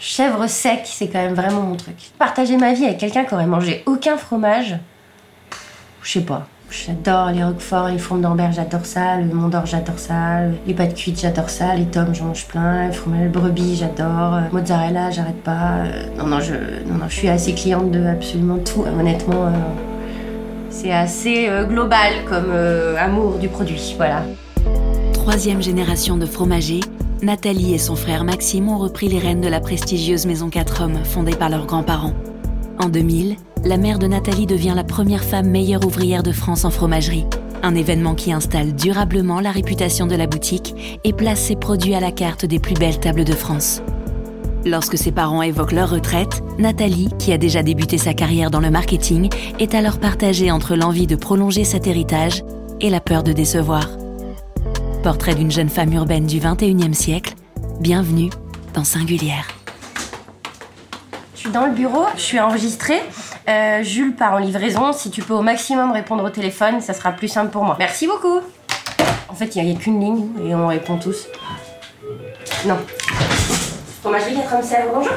Chèvre sec, c'est quand même vraiment mon truc. Partager ma vie avec quelqu'un qui aurait mangé aucun fromage, je sais pas. J'adore les roqueforts, les fourmes d'Ambert, j'adore ça. Le Mont d'Or, j'adore ça. Les pâtes cuites, j'adore ça. Les tomes, j'en mange plein. Le fromage brebis, j'adore. Mozzarella, j'arrête pas. Non, je suis assez cliente de absolument tout. Honnêtement, c'est assez global comme amour du produit, voilà. 3e génération de fromagers, Nathalie et son frère Maxime ont repris les rênes de la prestigieuse Maison 4 Hommes, fondée par leurs grands-parents. En 2000, la mère de Nathalie devient la première femme meilleure ouvrière de France en fromagerie. Un événement qui installe durablement la réputation de la boutique et place ses produits à la carte des plus belles tables de France. Lorsque ses parents évoquent leur retraite, Nathalie, qui a déjà débuté sa carrière dans le marketing, est alors partagée entre l'envie de prolonger cet héritage et la peur de décevoir. Portrait d'une jeune femme urbaine du XXIe siècle, bienvenue dans Singulière. Je suis dans le bureau, je suis enregistrée. Jules part en livraison. Si tu peux au maximum répondre au téléphone, ça sera plus simple pour moi. Merci beaucoup. En fait, il n'y a qu'une ligne et on répond tous. Non. Fromagerie 4 Hommes Sèvres, bonjour.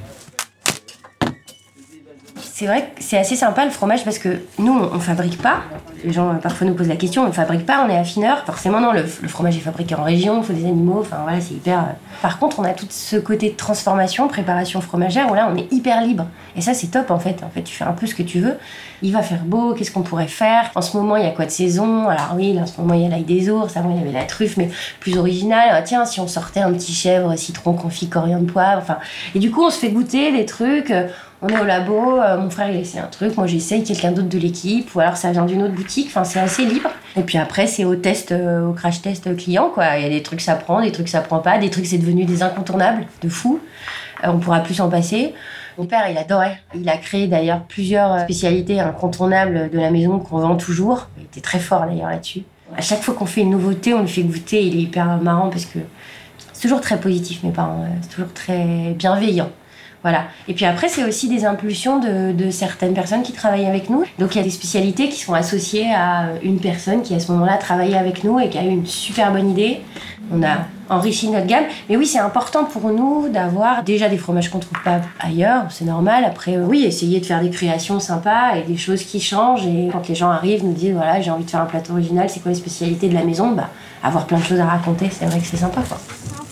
C'est vrai que c'est assez sympa le fromage parce que nous, on fabrique pas. Les gens parfois nous posent la question, on ne fabrique pas, on est affineur. Forcément, non, le fromage est fabriqué en région, il faut des animaux, enfin voilà, c'est hyper... Par contre, on a tout ce côté de transformation, préparation fromagère, où là, on est hyper libre. Et ça, c'est top en fait. En fait, tu fais un peu ce que tu veux. Il va faire beau, qu'est-ce qu'on pourrait faire? En ce moment, il y a quoi de saison? Alors oui, là, en ce moment, il y a l'ail des ours, avant, il y avait la truffe, mais plus originale. Ah, tiens, si on sortait un petit chèvre, citron, confit, coriandre, poivre, enfin... Et du coup, on se fait goûter des trucs... On est au labo, mon frère il essaie un truc, moi j'essaye, quelqu'un d'autre de l'équipe, ou alors ça vient d'une autre boutique, enfin c'est assez libre. Et puis après c'est au test, au crash test client quoi. Il y a des trucs ça prend, des trucs ça prend pas, des trucs c'est devenu des incontournables, de fou. On pourra plus s'en passer. Mon père il adorait, il a créé d'ailleurs plusieurs spécialités incontournables de la maison qu'on vend toujours. Il était très fort d'ailleurs là-dessus. À chaque fois qu'on fait une nouveauté, on lui fait goûter, il est hyper marrant parce que c'est toujours très positif mes parents, c'est toujours très bienveillant. Voilà. Et puis après, c'est aussi des impulsions de certaines personnes qui travaillent avec nous. Donc il y a des spécialités qui sont associées à une personne qui à ce moment-là travaillait avec nous et qui a eu une super bonne idée. On a enrichi notre gamme. Mais oui, c'est important pour nous d'avoir déjà des fromages qu'on ne trouve pas ailleurs, c'est normal. Après, oui, essayer de faire des créations sympas et des choses qui changent. Et quand les gens arrivent, nous disent voilà, j'ai envie de faire un plateau original, c'est quoi les spécialités de la maison? Bah, avoir plein de choses à raconter, c'est vrai que c'est sympa, quoi.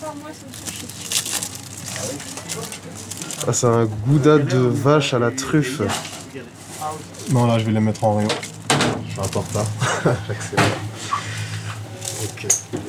Ah, c'est un gouda de vache à la truffe. Non, là, je vais les mettre en rayon. Je suis un peu en retard. J'accélère. Ok.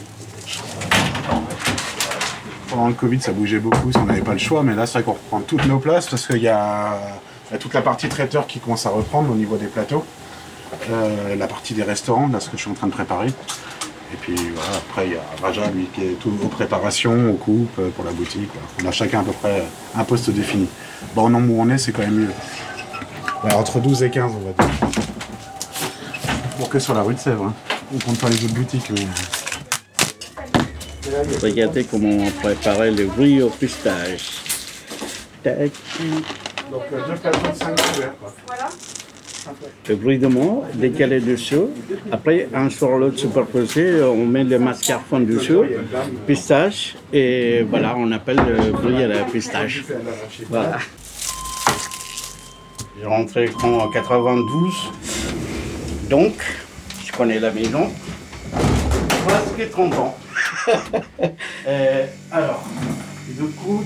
Pendant le Covid, ça bougeait beaucoup, on n'avait pas le choix, mais là, c'est vrai qu'on reprend toutes nos places parce qu'il y a toute la partie traiteur qui commence à reprendre au niveau des plateaux. La partie des restaurants, là, ce que je suis en train de préparer. Et puis voilà, après il y a Raja, lui, qui est tout aux préparations, aux coupes, pour la boutique. Voilà. On a chacun à peu près un poste défini. Bon, au nombre où on est, c'est quand même mieux. Ouais, entre 12 et 15, on va dire. Pour que sur la rue de Sèvres. Hein. On compte pas les autres boutiques. Mais... Regardez comment on préparait le brie au pistache. Tac. Donc 2 plateaux de 5 couverts. Voilà. Le brie de mort décalé dessous. Après, un sur l'autre superposé, on met le mascarpone dessous, pistache, et voilà, on appelle le brie à la pistache. Voilà. J'ai rentré en 92, donc je connais la maison. Presque 30 ans. Alors, du coup.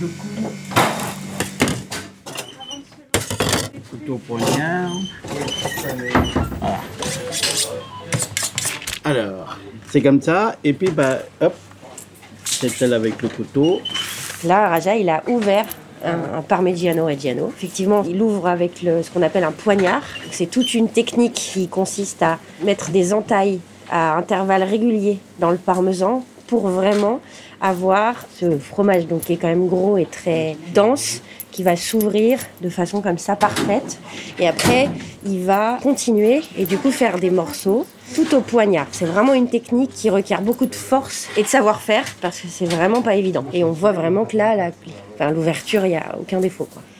Couteau poignard. Voilà. Alors, c'est comme ça, et puis bah, hop, c'est celle avec le couteau. Là, Raja, il a ouvert un Parmigiano Reggiano. Effectivement, il ouvre avec ce qu'on appelle un poignard. C'est toute une technique qui consiste à mettre des entailles à intervalles réguliers dans le parmesan pour vraiment avoir ce fromage donc, qui est quand même gros et très dense, qui va s'ouvrir de façon comme ça parfaite. Et après, il va continuer et du coup faire des morceaux tout au poignard. C'est vraiment une technique qui requiert beaucoup de force et de savoir-faire parce que c'est vraiment pas évident. Et on voit vraiment que là, l'ouverture, il n'y a aucun défaut, quoi.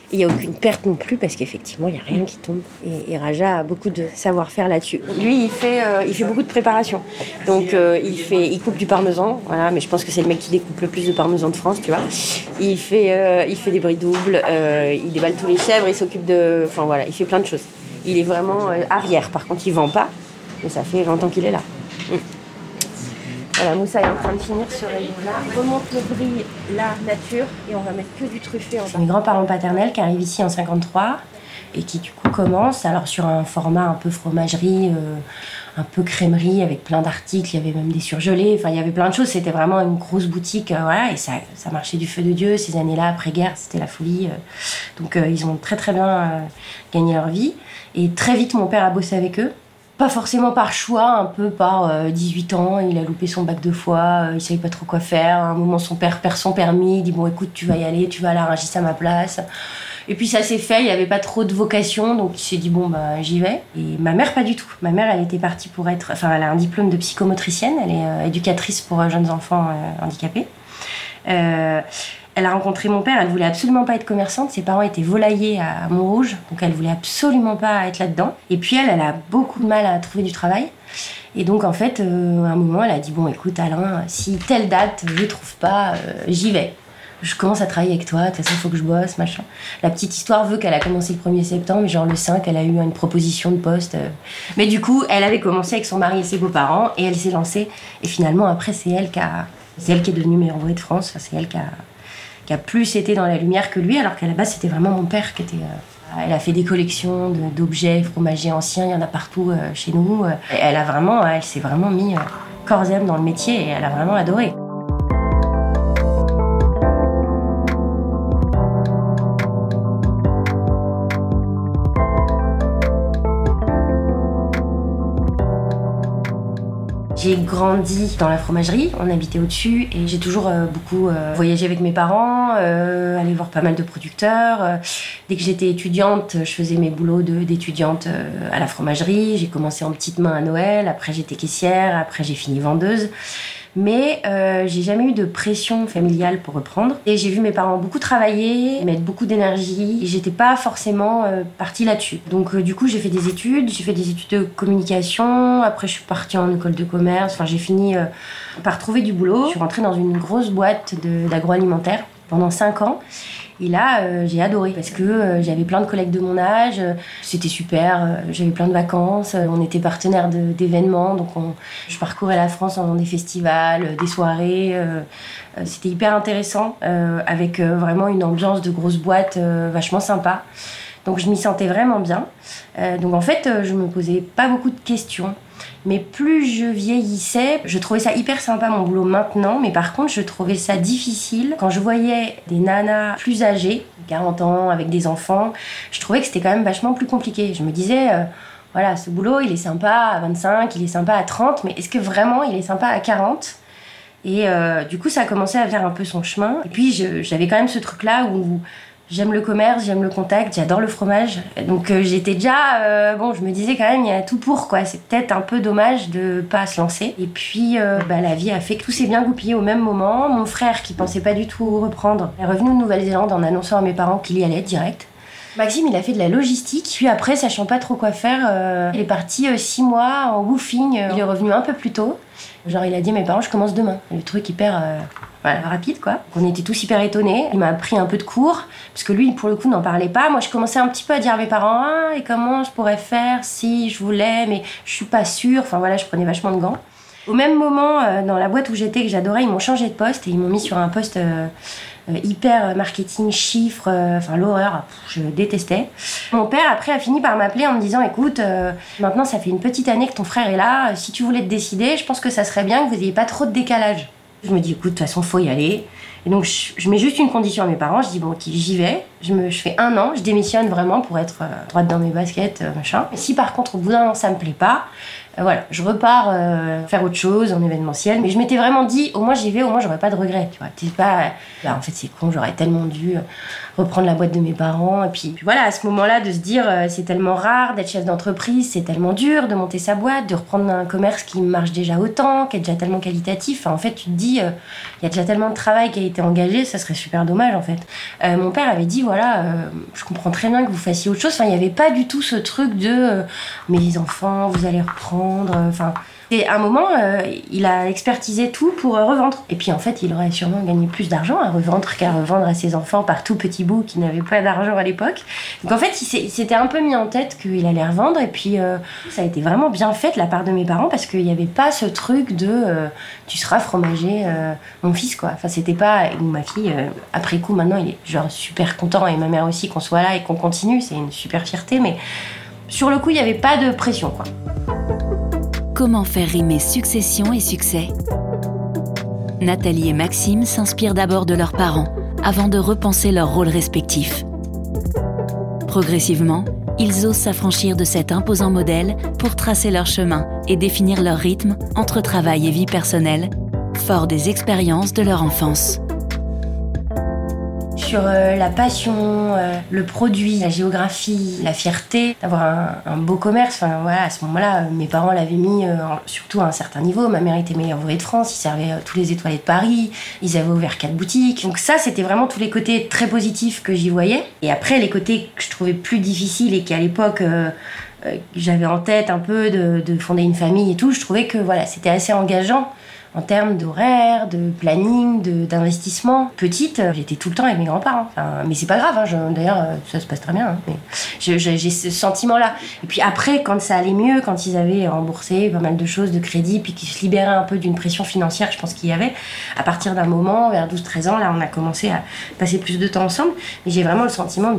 Il n'y a aucune perte non plus parce qu'effectivement, il n'y a rien qui tombe. Et Raja a beaucoup de savoir-faire là-dessus. Lui, il fait beaucoup de préparation. Donc, il coupe du parmesan. Voilà, mais je pense que c'est le mec qui découpe le plus de parmesan de France, tu vois. Il fait des bris doubles, il déballe tous les chèvres, il s'occupe de... Enfin, voilà, il fait plein de choses. Il est vraiment arrière. Par contre, il ne vend pas. Mais ça fait 20 ans qu'il est là. Voilà, Moussa est en train de finir ce rayon-là. On remonte le brie, la nature, et on va mettre que du truffé en bas. Mes grands-parents paternels qui arrivent ici en 53 et qui du coup commencent alors sur un format un peu fromagerie, un peu crèmerie avec plein d'articles, il y avait même des surgelés, enfin il y avait plein de choses, c'était vraiment une grosse boutique, voilà, et ça marchait du feu de Dieu. Ces années-là, après-guerre, c'était la folie. Donc ils ont très très bien gagné leur vie. Et très vite, mon père a bossé avec eux. Pas forcément par choix, un peu par 18 ans, il a loupé son bac de foi, il savait pas trop quoi faire. À un moment, son père perd son permis, il dit « Bon, écoute, tu vas y aller, tu vas à la Rungis à ma place. » Et puis ça s'est fait, il n'y avait pas trop de vocation, donc il s'est dit « Bon, bah, j'y vais. » Et ma mère, pas du tout. Ma mère, elle était partie pour être... Enfin, elle a un diplôme de psychomotricienne, elle est éducatrice pour jeunes enfants handicapés. Elle a rencontré mon père, elle voulait absolument pas être commerçante, ses parents étaient volaillers à Montrouge, donc elle voulait absolument pas être là-dedans. Et puis elle a beaucoup de mal à trouver du travail. Et donc en fait, à un moment, elle a dit « Bon, écoute Alain, si telle date, je trouve pas, j'y vais. Je commence à travailler avec toi, de toute façon, il faut que je bosse, machin. » La petite histoire veut qu'elle a commencé le 1er septembre, et genre le 5, elle a eu une proposition de poste. Mais du coup, elle avait commencé avec son mari et ses beaux-parents, et elle s'est lancée. Et finalement, après, c'est elle qui est devenue meilleure ouvrière de France, c'est elle qui a plus été dans la lumière que lui, alors qu'à la base, c'était vraiment mon père qui était... Elle a fait des collections d'objets fromagers anciens, il y en a partout chez nous. Elle s'est vraiment mis corps et âme dans le métier et elle a vraiment adoré. J'ai grandi dans la fromagerie, on habitait au-dessus et j'ai toujours beaucoup voyagé avec mes parents, allé voir pas mal de producteurs. Dès que j'étais étudiante, je faisais mes boulots d'étudiante à la fromagerie. J'ai commencé en petite main à Noël, après j'étais caissière, après j'ai fini vendeuse. Mais j'ai jamais eu de pression familiale pour reprendre. Et j'ai vu mes parents beaucoup travailler, mettre beaucoup d'énergie. Et j'étais pas forcément partie là-dessus. Donc du coup, j'ai fait des études de communication. Après, je suis partie en école de commerce. Enfin, j'ai fini par trouver du boulot. Je suis rentrée dans une grosse boîte d'agroalimentaire pendant 5 ans. Et là, j'ai adoré parce que j'avais plein de collègues de mon âge, c'était super, j'avais plein de vacances, on était partenaires d'événements, donc je parcourais la en faisant des festivals, des soirées, c'était hyper intéressant, avec vraiment une ambiance de grosse boîte vachement sympa. Donc je m'y sentais vraiment bien. Donc en fait, je me posais pas beaucoup de questions. Mais plus je vieillissais, je trouvais ça hyper sympa mon boulot maintenant, mais par contre je trouvais ça difficile. Quand je voyais des nanas plus âgées, 40 ans, avec des enfants, je trouvais que c'était quand même vachement plus compliqué. Je me disais, voilà, ce boulot il est sympa à 25, il est sympa à 30, mais est-ce que vraiment il est sympa à 40 ? Et du coup ça a commencé à faire un peu son chemin. Et puis j'avais quand même ce truc-là où... J'aime le commerce, j'aime le contact, j'adore le fromage. Donc j'étais déjà... je me disais quand même, il y a tout pour, quoi. C'est peut-être un peu dommage de pas se lancer. Et puis, la vie a fait que tout s'est bien goupillé au même moment. Mon frère, qui pensait pas du tout reprendre, est revenu de Nouvelle-Zélande en annonçant à mes parents qu'il y allait direct. Maxime, il a fait de la logistique. Puis après, sachant pas trop quoi faire, il est parti 6 mois en woofing. Il est revenu un peu plus tôt. Genre, il a dit à mes parents, je commence demain. Le truc hyper... rapide, quoi. On était tous hyper étonnés. Il m'a pris un peu de cours, parce que lui, pour le coup, n'en parlait pas. Moi, je commençais un petit peu à dire à mes parents, et comment je pourrais faire si je voulais, mais je suis pas sûre. Enfin, voilà, je prenais vachement de gants. Au même moment, dans la boîte où j'étais, que j'adorais, ils m'ont changé de poste et ils m'ont mis sur un poste hyper marketing, chiffres, l'horreur, je détestais. Mon père, après, a fini par m'appeler en me disant, écoute, maintenant, ça fait une petite année que ton frère est là. Si tu voulais te décider, je pense que ça serait bien que vous n'ayez pas trop de décalage. Je me dis, écoute, de toute façon, faut y aller. Et donc, je mets juste une condition à mes parents. Je dis, bon, ok, j'y vais. Je fais 1 an, je démissionne vraiment pour être droite dans mes baskets, machin. Et si par contre, au bout d'1 an, ça me plaît pas, Voilà, je repars faire autre chose en événementiel. Mais je m'étais vraiment dit, au moins j'y vais, au moins j'aurais pas de regrets. Tu vois, c'est pas, en fait c'est con, j'aurais tellement dû reprendre la boîte de mes parents. Et puis voilà, à ce moment-là, de se dire, c'est tellement rare d'être chef d'entreprise, c'est tellement dur de monter sa boîte, de reprendre un commerce qui marche déjà autant, qui est déjà tellement qualitatif. Enfin, en fait, tu te dis, il y a déjà tellement de travail qui a été engagé, ça serait super dommage en fait. Mon père avait dit, voilà, je comprends très bien que vous fassiez autre chose. Enfin, il n'y avait pas du tout ce truc de, mais les enfants, vous allez reprendre. Enfin. Et à un moment, il a expertisé tout pour revendre. Et puis en fait, il aurait sûrement gagné plus d'argent à revendre qu'à revendre à ses enfants par tout petit bout qui n'avaient pas d'argent à l'époque. Donc en fait, il s'était un peu mis en tête qu'il allait revendre. Et puis ça a été vraiment bien fait de la part de mes parents parce qu'il n'y avait pas ce truc de tu seras fromager mon fils, quoi. Enfin, c'était pas. Ou ma fille, après coup, maintenant, il est genre super content. Et ma mère aussi, qu'on soit là et qu'on continue. C'est une super fierté. Mais sur le coup, il n'y avait pas de pression, quoi. Comment faire rimer succession et succès ? Nathalie et Maxime s'inspirent d'abord de leurs parents, avant de repenser leurs rôles respectifs. Progressivement, ils osent s'affranchir de cet imposant modèle pour tracer leur chemin et définir leur rythme entre travail et vie personnelle, fort des expériences de leur enfance. Sur la passion, le produit, la géographie, la fierté d'avoir un beau commerce. Enfin voilà, à ce moment-là, mes parents l'avaient mis surtout à un certain niveau. Ma mère était meilleure ouvrier de France, ils servaient tous les étoilés de Paris, ils avaient ouvert 4 boutiques. Donc ça, c'était vraiment tous les côtés très positifs que j'y voyais. Et après, les côtés que je trouvais plus difficiles et qu'à l'époque j'avais en tête un peu de fonder une famille et tout, je trouvais que voilà, c'était assez engageant. En termes d'horaire, de planning, d'investissement. Petite, j'étais tout le temps avec mes grands-parents. Enfin, mais c'est pas grave, hein, d'ailleurs, ça se passe très bien. Hein, mais j'ai ce sentiment-là. Et puis après, quand ça allait mieux, quand ils avaient remboursé pas mal de choses de crédit, puis qu'ils se libéraient un peu d'une pression financière, je pense qu'il y avait, à partir d'un moment, vers 12-13 ans, là, on a commencé à passer plus de temps ensemble. Mais j'ai vraiment le sentiment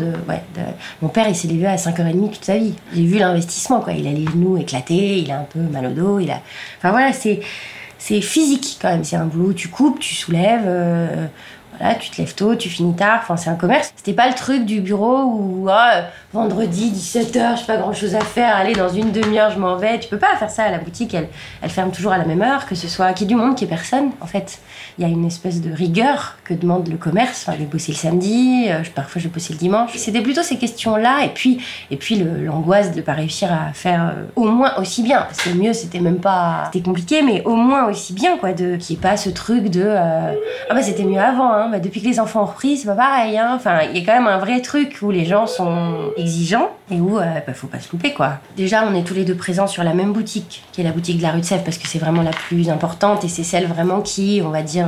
mon père, il s'est levé à 5h30 toute sa vie. J'ai vu l'investissement, quoi. Il a les genoux éclatés, il a un peu mal au dos, Enfin voilà, c'est physique quand même, c'est un boulot où tu coupes, tu soulèves, voilà, tu te lèves tôt, tu finis tard, enfin c'est un commerce. C'était pas le truc du bureau où vendredi 17h, j'ai pas grand chose à faire, allez dans une demi-heure je m'en vais. Tu peux pas faire ça à la boutique, elle ferme toujours à la même heure, que ce soit qu'il y ait du monde, qu'il y ait personne. En fait, il y a une espèce de rigueur que demande le commerce. Enfin, je vais bosser le samedi, parfois je vais bosser le dimanche. C'était plutôt ces questions-là et puis l'angoisse de pas réussir à faire au moins aussi bien. Parce que le mieux c'était même pas... C'était compliqué, mais au moins aussi bien, quoi, qu'il n'y ait pas ce truc de c'était mieux avant, hein. Depuis que les enfants ont repris, c'est pas pareil, hein. Enfin, il y a quand même un vrai truc où les gens sont exigeants et où faut pas se louper, quoi. Déjà, on est tous les deux présents sur la même boutique, qui est la boutique de la rue de Sèvres, parce que c'est vraiment la plus importante et c'est celle vraiment qui, on va dire,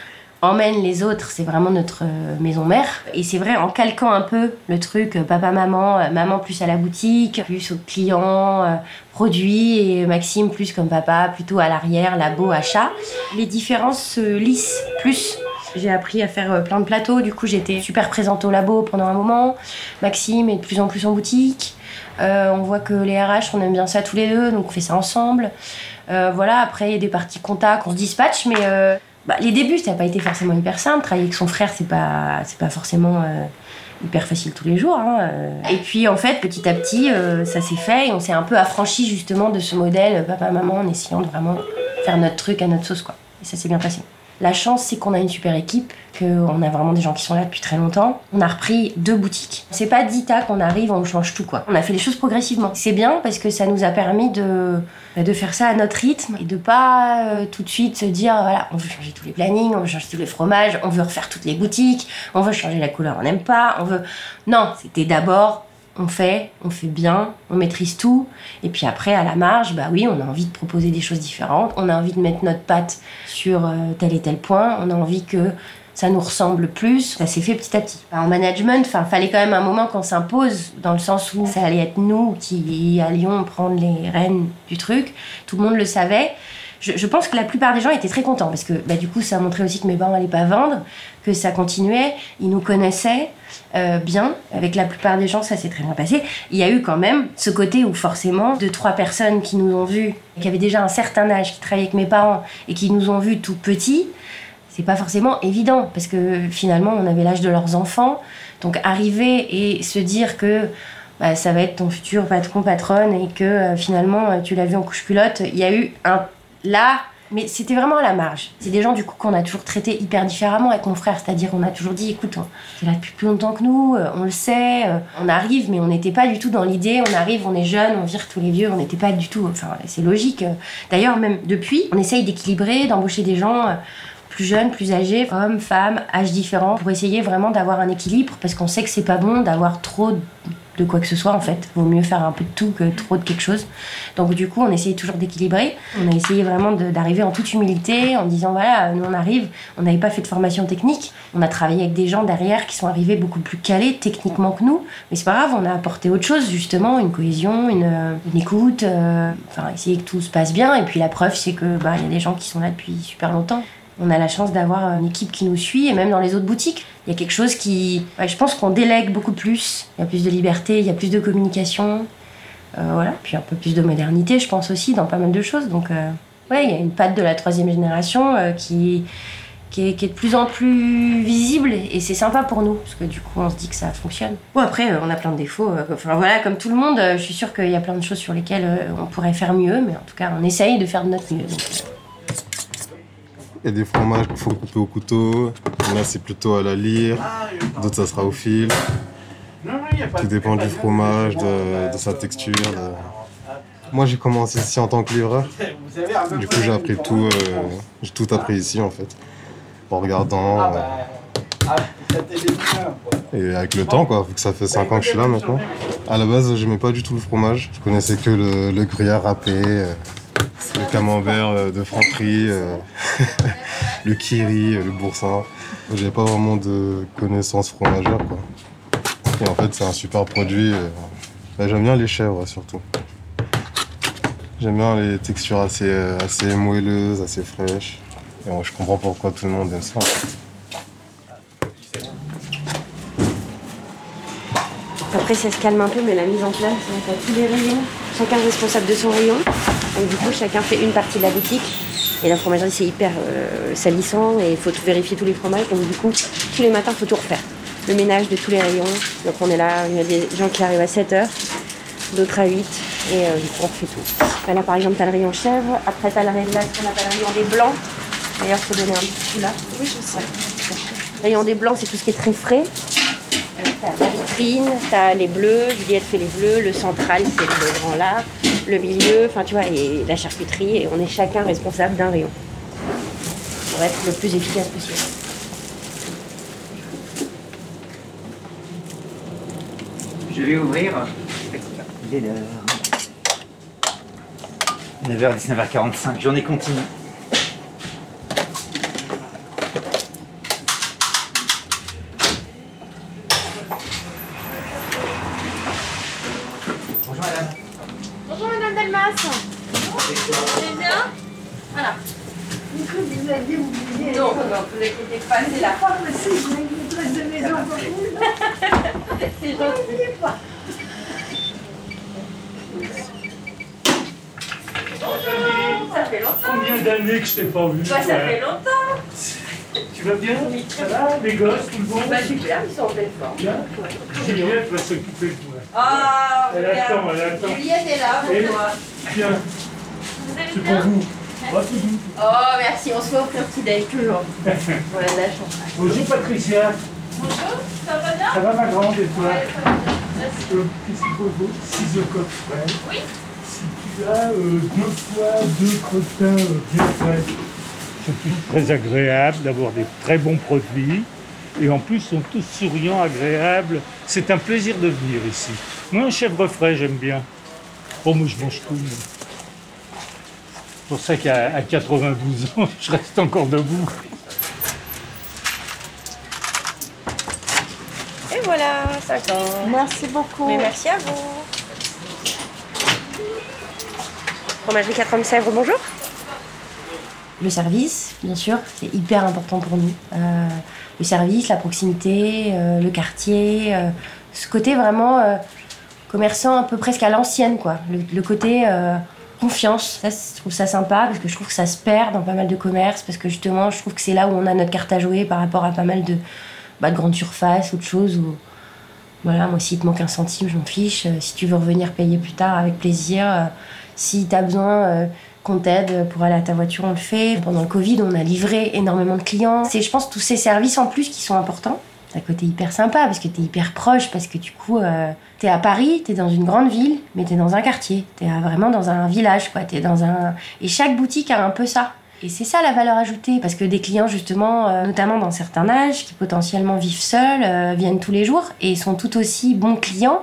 emmène les autres. C'est vraiment notre maison mère. Et c'est vrai, en calquant un peu le truc papa-maman, maman plus à la boutique, plus aux clients, produits, et Maxime plus comme papa, plutôt à l'arrière, labo, achat. Les différences se lissent plus. J'ai appris à faire plein de plateaux, du coup j'étais super présente au labo pendant un moment. Maxime est de plus en plus en boutique. On voit que les RH, on aime bien ça tous les deux, donc on fait ça ensemble. Voilà, après il y a des parties compta qu'on se dispatche, mais les débuts ça n'a pas été forcément hyper simple. Travailler avec son frère, c'est pas forcément hyper facile tous les jours, hein. Et puis en fait, petit à petit, ça s'est fait et on s'est un peu affranchi justement de ce modèle papa-maman en essayant de vraiment faire notre truc à notre sauce, quoi. Et ça s'est bien passé. La chance, c'est qu'on a une super équipe, qu'on a vraiment des gens qui sont là depuis très longtemps. On a repris 2 boutiques. C'est pas dit qu'on arrive, on change tout, quoi. On a fait les choses progressivement. C'est bien parce que ça nous a permis de faire ça à notre rythme et de pas tout de suite se dire, voilà, on veut changer tous les plannings, on veut changer tous les fromages, on veut refaire toutes les boutiques, on veut changer la couleur, on n'aime pas, Non, c'était d'abord... On fait bien, on maîtrise tout. Et puis après, à la marge, oui, on a envie de proposer des choses différentes. On a envie de mettre notre patte sur tel et tel point. On a envie que ça nous ressemble plus. Ça s'est fait petit à petit. En management, fallait quand même un moment qu'on s'impose, dans le sens où ça allait être nous qui allions prendre les rênes du truc. Tout le monde le savait. Je pense que la plupart des gens étaient très contents parce que du coup ça montrait aussi que mes parents n'allaient pas vendre, que ça continuait, ils nous connaissaient bien. Avec la plupart des gens ça s'est très bien passé. Il y a eu quand même ce côté où forcément 2-3 personnes qui nous ont vus, qui avaient déjà un certain âge, qui travaillaient avec mes parents et qui nous ont vus tout petits, c'est pas forcément évident parce que finalement on avait l'âge de leurs enfants. Donc arriver et se dire que bah, ça va être ton futur patron, patronne, et que finalement tu l'as vu en couche-culotte. Il y a eu un là, mais c'était vraiment à la marge. C'est des gens du coup qu'on a toujours traités hyper différemment avec mon frère, c'est-à-dire on a toujours dit écoute, t'es là depuis plus longtemps que nous, on le sait, on arrive, mais on n'était pas du tout dans l'idée, on arrive, on est jeune, on vire tous les vieux, on n'était pas du tout, enfin c'est logique. D'ailleurs même depuis, on essaye d'équilibrer, d'embaucher des gens plus jeunes, plus âgés, hommes, femmes, âges différents, pour essayer vraiment d'avoir un équilibre, parce qu'on sait que c'est pas bon d'avoir trop de quoi que ce soit en fait. Vaut mieux faire un peu de tout que trop de quelque chose. Donc du coup, on essaye toujours d'équilibrer. On a essayé vraiment d'arriver en toute humilité, en disant voilà, nous on arrive, on n'avait pas fait de formation technique, on a travaillé avec des gens derrière qui sont arrivés beaucoup plus calés techniquement que nous, mais c'est pas grave, on a apporté autre chose justement, une cohésion, une écoute, enfin essayer que tout se passe bien. Et puis la preuve, c'est que y a des gens qui sont là depuis super longtemps. On a la chance d'avoir une équipe qui nous suit, et même dans les autres boutiques, il y a quelque chose qui... je pense qu'on délègue beaucoup plus. Il y a plus de liberté, il y a plus de communication. Voilà, puis un peu plus de modernité, je pense aussi, dans pas mal de choses. Donc, il y a une patte de la 3e génération qui est de plus en plus visible, et c'est sympa pour nous, parce que du coup, on se dit que ça fonctionne. Bon, après, on a plein de défauts. Enfin, voilà, comme tout le monde, je suis sûre qu'il y a plein de choses sur lesquelles on pourrait faire mieux, mais en tout cas, on essaye de faire de notre mieux. Donc, Il y a des fromages qu'il faut couper au couteau, là c'est plutôt à la lyre, d'autres ça sera au fil. Tout dépend du fromage, de sa texture. Moi j'ai commencé ici en tant que livreur, du coup j'ai appris tout, j'ai tout appris ici en fait, en regardant. Et avec le temps quoi, vu que ça fait 5 ans que je suis là maintenant. À la base j'aimais pas du tout le fromage, je connaissais que le gruyère râpé. Le camembert de Franprix, le kiri, le boursin. J'avais pas vraiment de connaissances fromagères quoi. Et en fait c'est un super produit. J'aime bien les chèvres surtout. J'aime bien les textures assez moelleuses, assez fraîches. Et je comprends pourquoi tout le monde aime ça. Après ça se calme un peu, mais la mise en place, on a tous les rayons. Chacun est responsable de son rayon. Donc du coup, chacun fait une partie de la boutique. Et la fromagerie, c'est hyper salissant et il faut tout vérifier tous les fromages. Donc du coup, tous les matins, il faut tout refaire. Le ménage de tous les rayons. Donc on est là, il y a des gens qui arrivent à 7h, d'autres à 8. Et du coup, on refait tout. Là, par exemple, tu as le rayon chèvre. Après, tu as ce qu'on appelle le rayon des blancs. D'ailleurs, il faut donner un petit coup là. Oui, je sais. Le rayon des blancs, c'est tout ce qui est très frais. T'as la vitrine, t'as les bleus, Juliette fait les bleus, le central c'est le grand là, le milieu, enfin tu vois, et la charcuterie, et on est chacun responsable d'un rayon pour être le plus efficace possible. Je vais ouvrir. Il est l'heure. 9h, 19h45, journée continue. Non, vous inquiétez pas, c'est la fois aussi. Je mets une maîtresse de maison pour vous. C'est gentil. N'oubliez pas. Bonjour, ça fait longtemps. Combien d'années que je t'ai pas vu? Ça fait longtemps. Tu vas bien? Oui, ça va? Les gosses, tout le monde? Super, ils sont en pleine forme. Bien. Juliette va s'occuper de moi. Ah, elle attend. Juliette est là pour toi. Tiens, c'est pour vous. Oh, merci, on se fait offrir petit déj toujours. On a de la chance. Bonjour Patricia. Bonjour, ça va bien? Ça va ma grande et toi? Ouais, ça va bien. Merci. Qu'est-ce qu'il faut? 6 œufs coques frais. Oui. Si tu as 2 fois 2 crottins bien frais. C'est très agréable d'avoir des très bons produits. Et en plus, ils sont tous souriants, agréables. C'est un plaisir de venir ici. Moi, un chèvre frais, j'aime bien. Oh, moi, je mange tout. C'est pour ça qu'à 92 ans, je reste encore debout. Et voilà, 5 ans. Merci beaucoup. Mais merci à vous. Fromagerie 4 hommes Sèvres, bonjour. Le service, bien sûr, c'est hyper important pour nous. Le service, la proximité, le quartier, ce côté vraiment commerçant un peu presque à l'ancienne, quoi. Le côté confiance, ça, je trouve ça sympa parce que je trouve que ça se perd dans pas mal de commerces parce que justement, je trouve que c'est là où on a notre carte à jouer par rapport à pas mal de grandes surfaces ou de choses où Voilà, moi, s'il te manque 1 centime, je m'en fiche. Si tu veux revenir payer plus tard, avec plaisir. Si t'as besoin qu'on t'aide pour aller à ta voiture, on le fait. Pendant le Covid, on a livré énormément de clients. C'est, je pense, tous ces services en plus qui sont importants. C'est un côté hyper sympa parce que t'es hyper proche, parce que du coup, t'es à Paris, t'es dans une grande ville, mais t'es dans un quartier. T'es vraiment dans un village, quoi. Et chaque boutique a un peu ça. Et c'est ça la valeur ajoutée, parce que des clients justement, notamment dans certains âges, qui potentiellement vivent seuls, viennent tous les jours et sont tout aussi bons clients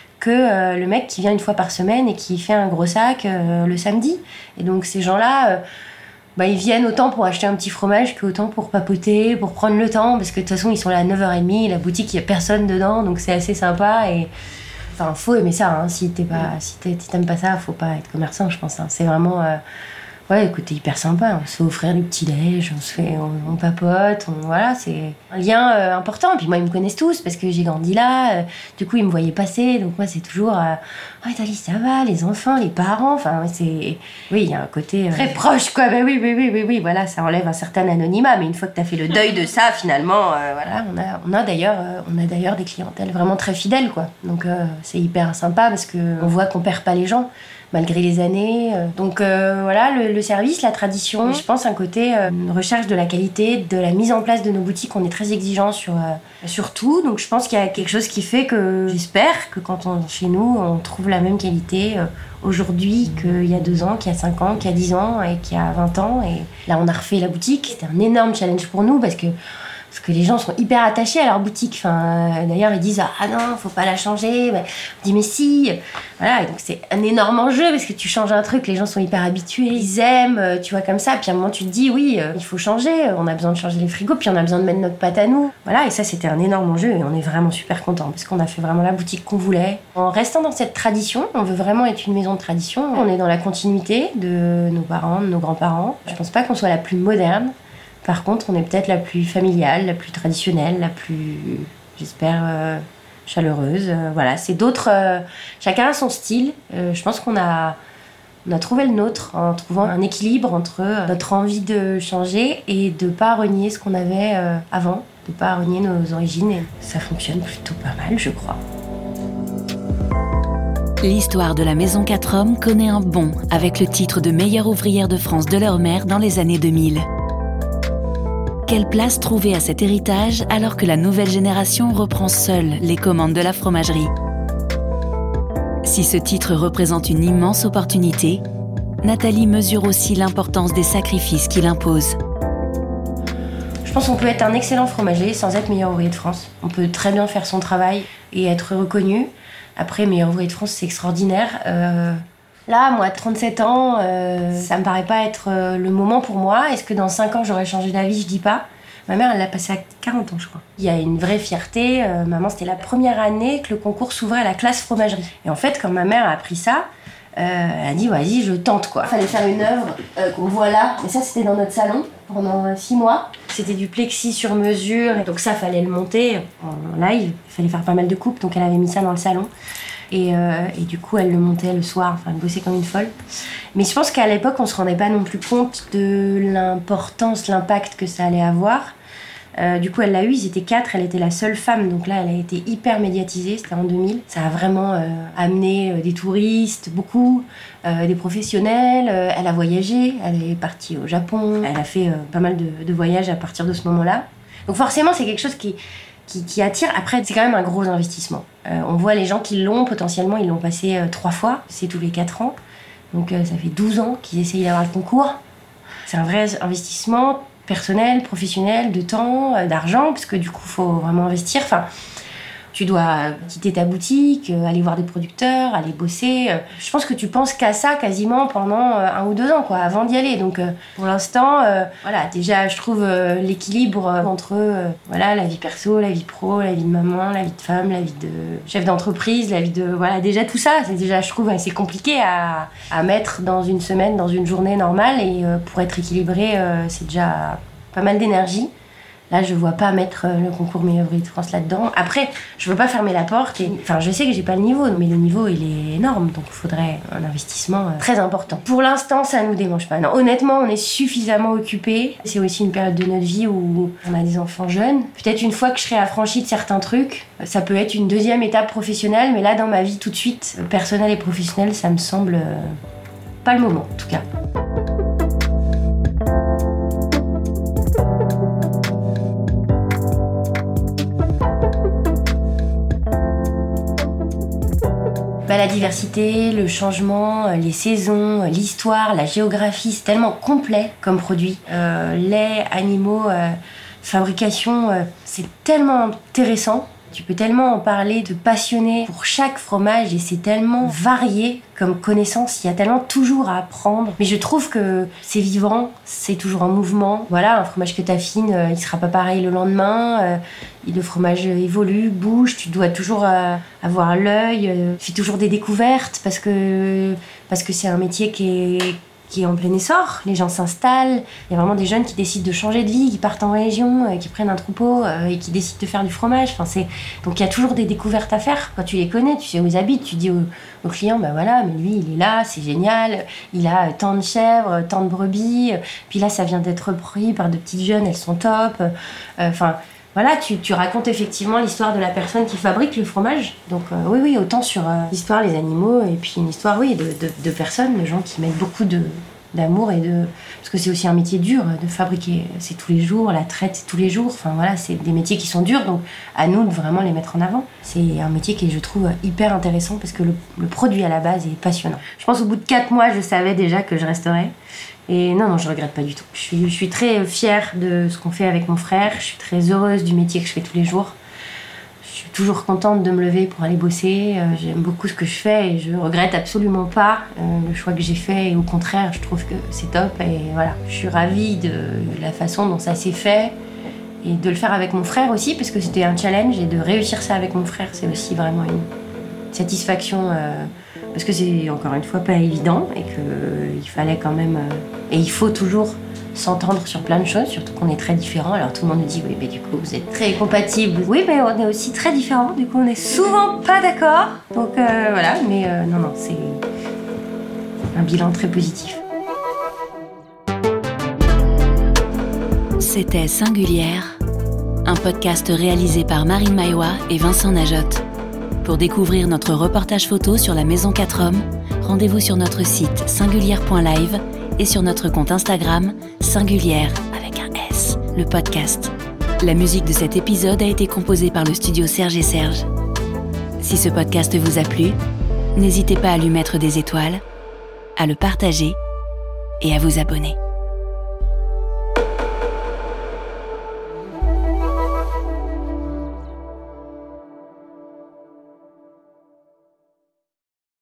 que le mec qui vient 1 fois par semaine et qui fait un gros sac le samedi. Et donc ces gens-là, ils viennent autant pour acheter un petit fromage qu'autant pour papoter, pour prendre le temps, parce que de toute façon ils sont là à 9h30, la boutique il n'y a personne dedans, donc c'est assez sympa. Et enfin, faut aimer ça, hein. Si t'aimes pas ça, faut pas être commerçant, je pense, hein. C'est vraiment... Ouais, écoute, c'est hyper sympa. On se fait offrir du petit-déj, on papote, voilà, c'est un lien important. Puis moi, ils me connaissent tous parce que j'ai grandi là. Du coup, ils me voyaient passer. Donc moi, c'est toujours Nathalie, ça va, les enfants, les parents. Enfin, c'est... Oui, il y a un côté très proche, quoi. Oui, voilà, ça enlève un certain anonymat. Mais une fois que t'as fait le deuil de ça, finalement, voilà, on a d'ailleurs des clientèles vraiment très fidèles, quoi. Donc c'est hyper sympa parce qu'on voit qu'on perd pas les gens malgré les années. Donc voilà, le service, la tradition, je pense un côté une recherche de la qualité, de la mise en place de nos boutiques. On est très exigeants sur tout. Donc je pense qu'il y a quelque chose qui fait que j'espère que quand on chez nous, on trouve la même qualité aujourd'hui qu'il y a 2 ans, qu'il y a 5 ans, qu'il y a 10 ans et qu'il y a 20 ans. Et là, on a refait la boutique. C'était un énorme challenge pour nous parce que les gens sont hyper attachés à leur boutique. Enfin, d'ailleurs, ils disent « Ah non, faut pas la changer ». On dit « Mais si ». Voilà, et donc c'est un énorme enjeu parce que tu changes un truc, les gens sont hyper habitués, ils aiment, tu vois, comme ça. Puis à un moment, tu te dis « Oui, il faut changer, on a besoin de changer les frigos, puis on a besoin de mettre notre pâte à nous ». Voilà, et ça, c'était un énorme enjeu et on est vraiment super contents parce qu'on a fait vraiment la boutique qu'on voulait. En restant dans cette tradition, on veut vraiment être une maison de tradition. On est dans la continuité de nos parents, de nos grands-parents. Je pense pas qu'on soit la plus moderne. Par contre, on est peut-être la plus familiale, la plus traditionnelle, la plus, j'espère, chaleureuse. Voilà, c'est d'autres... chacun a son style. Je pense qu'on a trouvé le nôtre en trouvant un équilibre entre notre envie de changer et de ne pas renier ce qu'on avait avant, de ne pas renier nos origines. Et ça fonctionne plutôt pas mal, je crois. L'histoire de la Maison 4 Hommes connaît un bond avec le titre de meilleure ouvrière de France de leur mère dans les années 2000. Quelle place trouver à cet héritage alors que la nouvelle génération reprend seule les commandes de la fromagerie ? Si ce titre représente une immense opportunité, Nathalie mesure aussi l'importance des sacrifices qu'il impose. Je pense qu'on peut être un excellent fromager sans être meilleur ouvrier de France. On peut très bien faire son travail et être reconnu. Après, meilleur ouvrier de France, c'est extraordinaire. Là, moi, 37 ans, ça me paraît pas être le moment pour moi. Est-ce que dans 5 ans, j'aurais changé d'avis ? Je dis pas. Ma mère, elle l'a passé à 40 ans, je crois. Il y a une vraie fierté. Maman, c'était la première année que le concours s'ouvrait à la classe fromagerie. Et en fait, quand ma mère a appris ça, elle a dit, vas-y, je tente, quoi. Il fallait faire une œuvre qu'on voit là. Et ça, c'était dans notre salon pendant 6 mois. C'était du plexi sur mesure. Et donc ça, fallait le monter en live. Il fallait faire pas mal de coupes. Donc elle avait mis ça dans le salon. Et du coup, elle le montait le soir, enfin, elle bossait comme une folle. Mais je pense qu'à l'époque, on se rendait pas non plus compte de l'importance, l'impact que ça allait avoir. Du coup, elle l'a eu, ils étaient 4, elle était la seule femme, donc là, elle a été hyper médiatisée, c'était en 2000. Ça a vraiment amené des touristes, beaucoup, des professionnels. Elle a voyagé, elle est partie au Japon, elle a fait pas mal de voyages à partir de ce moment-là. Donc forcément, c'est quelque chose qui attire. Après, c'est quand même un gros investissement. On voit les gens qui l'ont, potentiellement, ils l'ont passé 3 fois, c'est tous les 4 ans. Donc ça fait 12 ans qu'ils essayent d'avoir le concours. C'est un vrai investissement personnel, professionnel, de temps, d'argent, parce que du coup, il faut vraiment investir. Enfin, tu dois quitter ta boutique, aller voir des producteurs, aller bosser. Je pense que tu penses qu'à ça quasiment pendant 1 ou 2 ans, quoi, avant d'y aller. Donc, pour l'instant, voilà, déjà, je trouve l'équilibre entre voilà, la vie perso, la vie pro, la vie de maman, la vie de femme, la vie de chef d'entreprise, la vie de... Voilà, déjà tout ça, c'est déjà, je trouve, assez compliqué à mettre dans une semaine, dans une journée normale. Et pour être équilibré, c'est déjà pas mal d'énergie. Là, je vois pas mettre le concours meilleur ouvrier de France là-dedans. Après, je veux pas fermer la porte. Enfin, je sais que j'ai pas le niveau, mais le niveau, il est énorme. Donc, il faudrait un investissement très important. Pour l'instant, ça nous démange pas. Non, honnêtement, on est suffisamment occupés. C'est aussi une période de notre vie où on a des enfants jeunes. Peut-être une fois que je serai affranchie de certains trucs, ça peut être une deuxième étape professionnelle. Mais là, dans ma vie, tout de suite, personnelle et professionnelle, ça me semble pas le moment, en tout cas. La diversité, le changement, les saisons, l'histoire, la géographie, c'est tellement complet comme produit. Lait, animaux, fabrication, c'est tellement intéressant. Tu peux tellement en parler, te passionner pour chaque fromage et c'est tellement varié comme connaissance, il y a tellement toujours à apprendre. Mais je trouve que c'est vivant, c'est toujours en mouvement. Voilà, un fromage que t'affines, il sera pas pareil le lendemain. Le fromage évolue, bouge, tu dois toujours avoir l'œil, fais toujours des découvertes parce que c'est un métier qui est en plein essor, les gens s'installent, il y a vraiment des jeunes qui décident de changer de vie, qui partent en région, qui prennent un troupeau et qui décident de faire du fromage. Donc il y a toujours des découvertes à faire. Quand tu les connais, tu sais où ils habitent, tu dis au client, ben voilà, mais lui il est là, c'est génial, il a tant de chèvres, tant de brebis, puis là ça vient d'être repris par de petites jeunes, elles sont top. Voilà, tu racontes effectivement l'histoire de la personne qui fabrique le fromage. Donc oui, autant sur l'histoire, les animaux, et puis une histoire, oui, de personnes, de gens qui mettent beaucoup d'amour parce que c'est aussi un métier dur de fabriquer. C'est tous les jours, la traite, c'est tous les jours. Enfin voilà, c'est des métiers qui sont durs, donc à nous de vraiment les mettre en avant. C'est un métier qui est, je trouve, hyper intéressant parce que le produit à la base est passionnant. Je pense au bout de 4 mois, je savais déjà que je resterais. Et non, je regrette pas du tout. Je suis très fière de ce qu'on fait avec mon frère. Je suis très heureuse du métier que je fais tous les jours. Je suis toujours contente de me lever pour aller bosser. J'aime beaucoup ce que je fais et je regrette absolument pas le choix que j'ai fait. Et au contraire, je trouve que c'est top. Et voilà, je suis ravie de la façon dont ça s'est fait et de le faire avec mon frère aussi, parce que c'était un challenge. Et de réussir ça avec mon frère, c'est aussi vraiment une satisfaction. Parce que c'est encore une fois pas évident et qu'il fallait quand même... et il faut toujours s'entendre sur plein de choses, surtout qu'on est très différents. Alors tout le monde nous dit, oui, mais du coup, vous êtes très compatibles. Oui, mais on est aussi très différents, du coup, on est souvent pas d'accord. Donc voilà, mais non, c'est un bilan très positif. C'était Singulière, un podcast réalisé par Marine Maillois et Vincent Najotte. Pour découvrir notre reportage photo sur la Maison 4 Hommes, rendez-vous sur notre site singulière.live et sur notre compte Instagram Singulière avec un S, le podcast. La musique de cet épisode a été composée par le studio Serge et Serge. Si ce podcast vous a plu, n'hésitez pas à lui mettre des étoiles, à le partager et à vous abonner.